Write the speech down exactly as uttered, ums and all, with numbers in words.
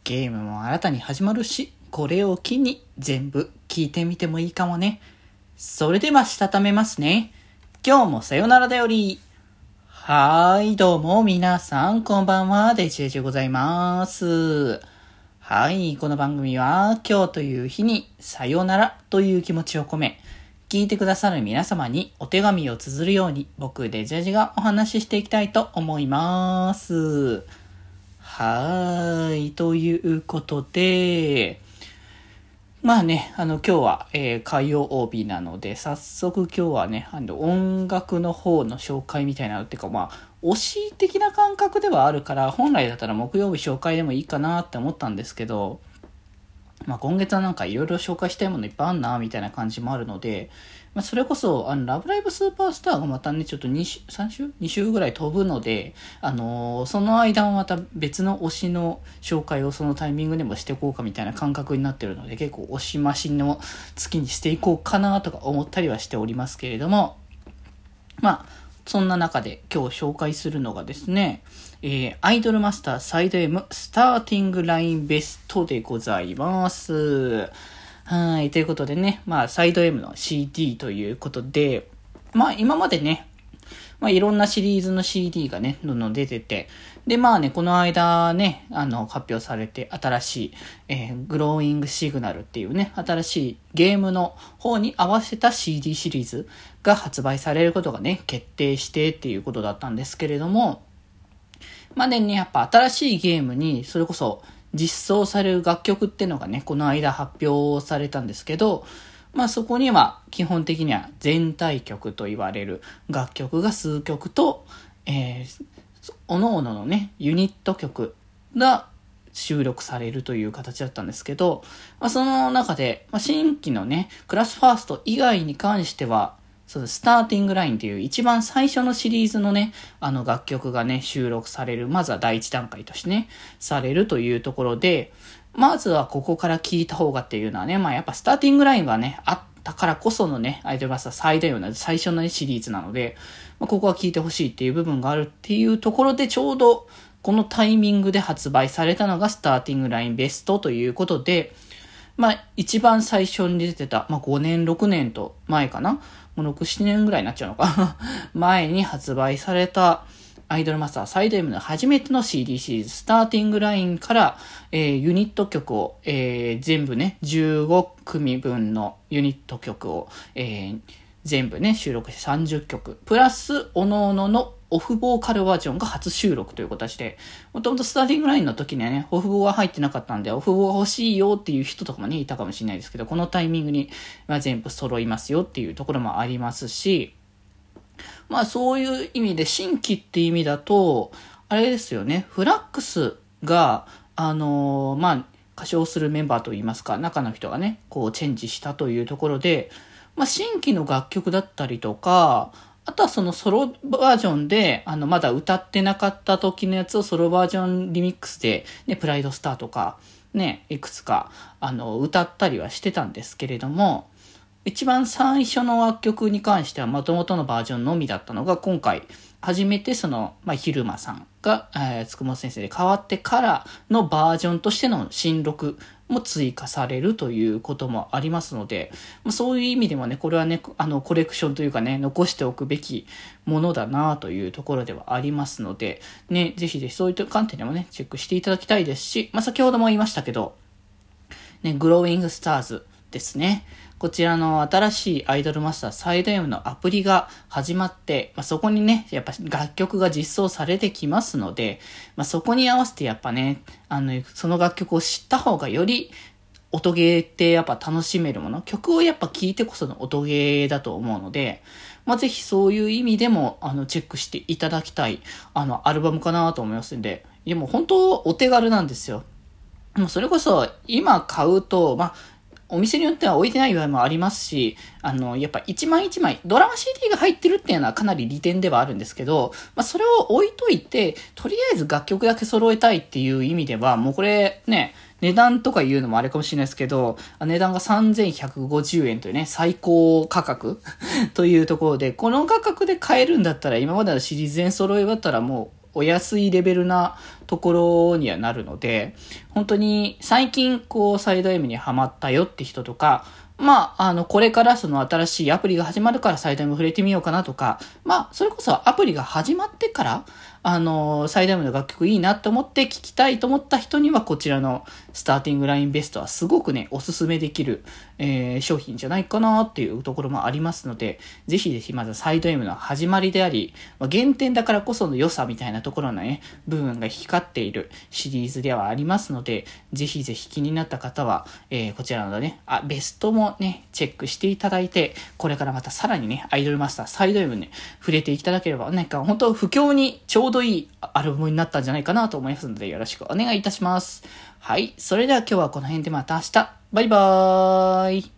ゲームも新たに始まるし、これを機に全部聞いてみてもいいかもね。それではしたためますね。今日もさよならだより。はーい、どうも皆さんこんばんは、デジェジでございます。はい、この番組は今日という日にさよならという気持ちを込め、聞いてくださる皆様にお手紙を綴るように僕デジェジがお話ししていきたいと思います。はーい、ということで、まあね、あの今日は、えー、火曜日なので、早速今日はね、あの音楽の方の紹介みたいなのっていうか、まあ、推し的な感覚ではあるから、本来だったら木曜日紹介でもいいかなって思ったんですけど、まあ今月はなんかいろいろ紹介したいものいっぱいあんなみたいな感じもあるので、まあ、それこそあのラブライブスーパースターがまたねちょっとに週さん週に週ぐらい飛ぶので、あのー、その間もまた別の推しの紹介をそのタイミングでもしていこうかみたいな感覚になってるので、結構推し増しの月にしていこうかなとか思ったりはしておりますけれども、まあそんな中で今日紹介するのがですね、えー、アイドルマスターサイド M スターティングラインベストでございます。はい。ということでね、まあ、サイド M の シーディー ということで、まあ、今までね、まあ、いろんなシリーズの シーディー がね、どんどん出てて、で、まあね、この間ね、あの、発表されて、新しい、えー、グローイングシグナルっていうね、新しいゲームの方に合わせた シーディー シリーズが発売されることがね、決定してっていうことだったんですけれども、まあね、やっぱ新しいゲームに、それこそ、実装される楽曲っていうのがね、この間発表されたんですけど、まあそこには基本的には全体曲と言われる楽曲が数曲と、えー、各々のね、ユニット曲が収録されるという形だったんですけど、まあ、その中で、まあ、新規のね、クラスファースト以外に関しては、そうスターティングラインという一番最初のシリーズのね、あの楽曲がね、収録される。まずは第一段階としてね、されるというところで、まずはここから聞いた方がっていうのはね、まあやっぱスターティングラインがね、あったからこそのね、アイドルマスター最大ような最初の、ね、シリーズなので、まあ、ここは聞いてほしいっていう部分があるっていうところで、ちょうどこのタイミングで発売されたのがスターティングラインベストということで、まあ一番最初に出てた、まあごねんろくねんと前かな、もうろく、ななねんぐらいになっちゃうのか前に発売されたアイドルマスターサイド M の初めての シーディー シリーズスターティングラインから、えー、ユニット曲を、えー、全部ねじゅうごくみぶんのユニット曲を、えー、全部ね収録してさんじゅっきょくプラス各々のオフボーカルバージョンが初収録という形で、もともとスターティングラインの時にはね、オフボーは入ってなかったんで、オフボーが欲しいよっていう人とかもね、いたかもしれないですけど、このタイミングに、まあ、全部揃いますよっていうところもありますし、まあそういう意味で新規っていう意味だと、あれですよね、フラックスが、あのー、まあ、歌唱するメンバーといいますか、中の人がね、こうチェンジしたというところで、まあ新規の楽曲だったりとか、あとはそのソロバージョンで、あの、まだ歌ってなかった時のやつをソロバージョンリミックスで、ね、プライドスターとか、ね、いくつか、あの、歌ったりはしてたんですけれども、一番最初の楽曲に関しては元々のバージョンのみだったのが、今回、初めてその、まあ、ひるまさんが、えー、つくも先生で変わってからのバージョンとしての新録も追加されるということもありますので、まあ、そういう意味でもね、これはね、あの、コレクションというかね、残しておくべきものだなというところではありますので、ね、ぜひぜひそういった観点でもね、チェックしていただきたいですし、まあ、先ほども言いましたけど、ね、グローイングスターズですね。こちらの新しいアイドルマスターサイド M のアプリが始まって、まあ、そこにね、やっぱ楽曲が実装されてきますので、まあ、そこに合わせてやっぱね、あの、その楽曲を知った方がより音ゲーってやっぱ楽しめるもの、曲をやっぱ聴いてこその音ゲーだと思うので、まあ、ぜひそういう意味でも、あの、チェックしていただきたい、あの、アルバムかなと思いますんで、いやもう本当お手軽なんですよ。もうそれこそ今買うと、まあ、お店によっては置いてない場合もありますし、あの、やっぱ一枚一枚、ドラマ シーディー が入ってるっていうのはかなり利点ではあるんですけど、まあ、それを置いといて、とりあえず楽曲だけ揃えたいっていう意味では、もうこれね、値段とか言うのもあれかもしれないですけど、値段がさんぜんひゃくごじゅうえんというね、最高価格というところで、この価格で買えるんだったら、今までのシリーズ全揃えだったらもう、 お安いレベルなところにはなるので、本当に最近こうサイド M にハマったよって人とか、まあ、あの、これからその新しいアプリが始まるからサイド M 触れてみようかなとか、まあ、それこそアプリが始まってから、あの、サイド M の楽曲いいなと思って聞きたいと思った人にはこちらのスターティングラインベストはすごくね、おすすめできる、えー、商品じゃないかなっていうところもありますので、ぜひぜひまずサイド M の始まりであり、まあ、原点だからこその良さみたいなところのね、部分が光っているシリーズではありますので、ぜひぜひ気になった方は、えー、こちらのね、あ、ベストもね、チェックしていただいて、これからまたさらにね、アイドルマスターサイド M ね、触れていただければ、なんか本当不況にちょうどいいアルバムになったんじゃないかなと思いますので、よろしくお願いいたします。はい。それでは今日はこの辺でまた明日。バイバーイ。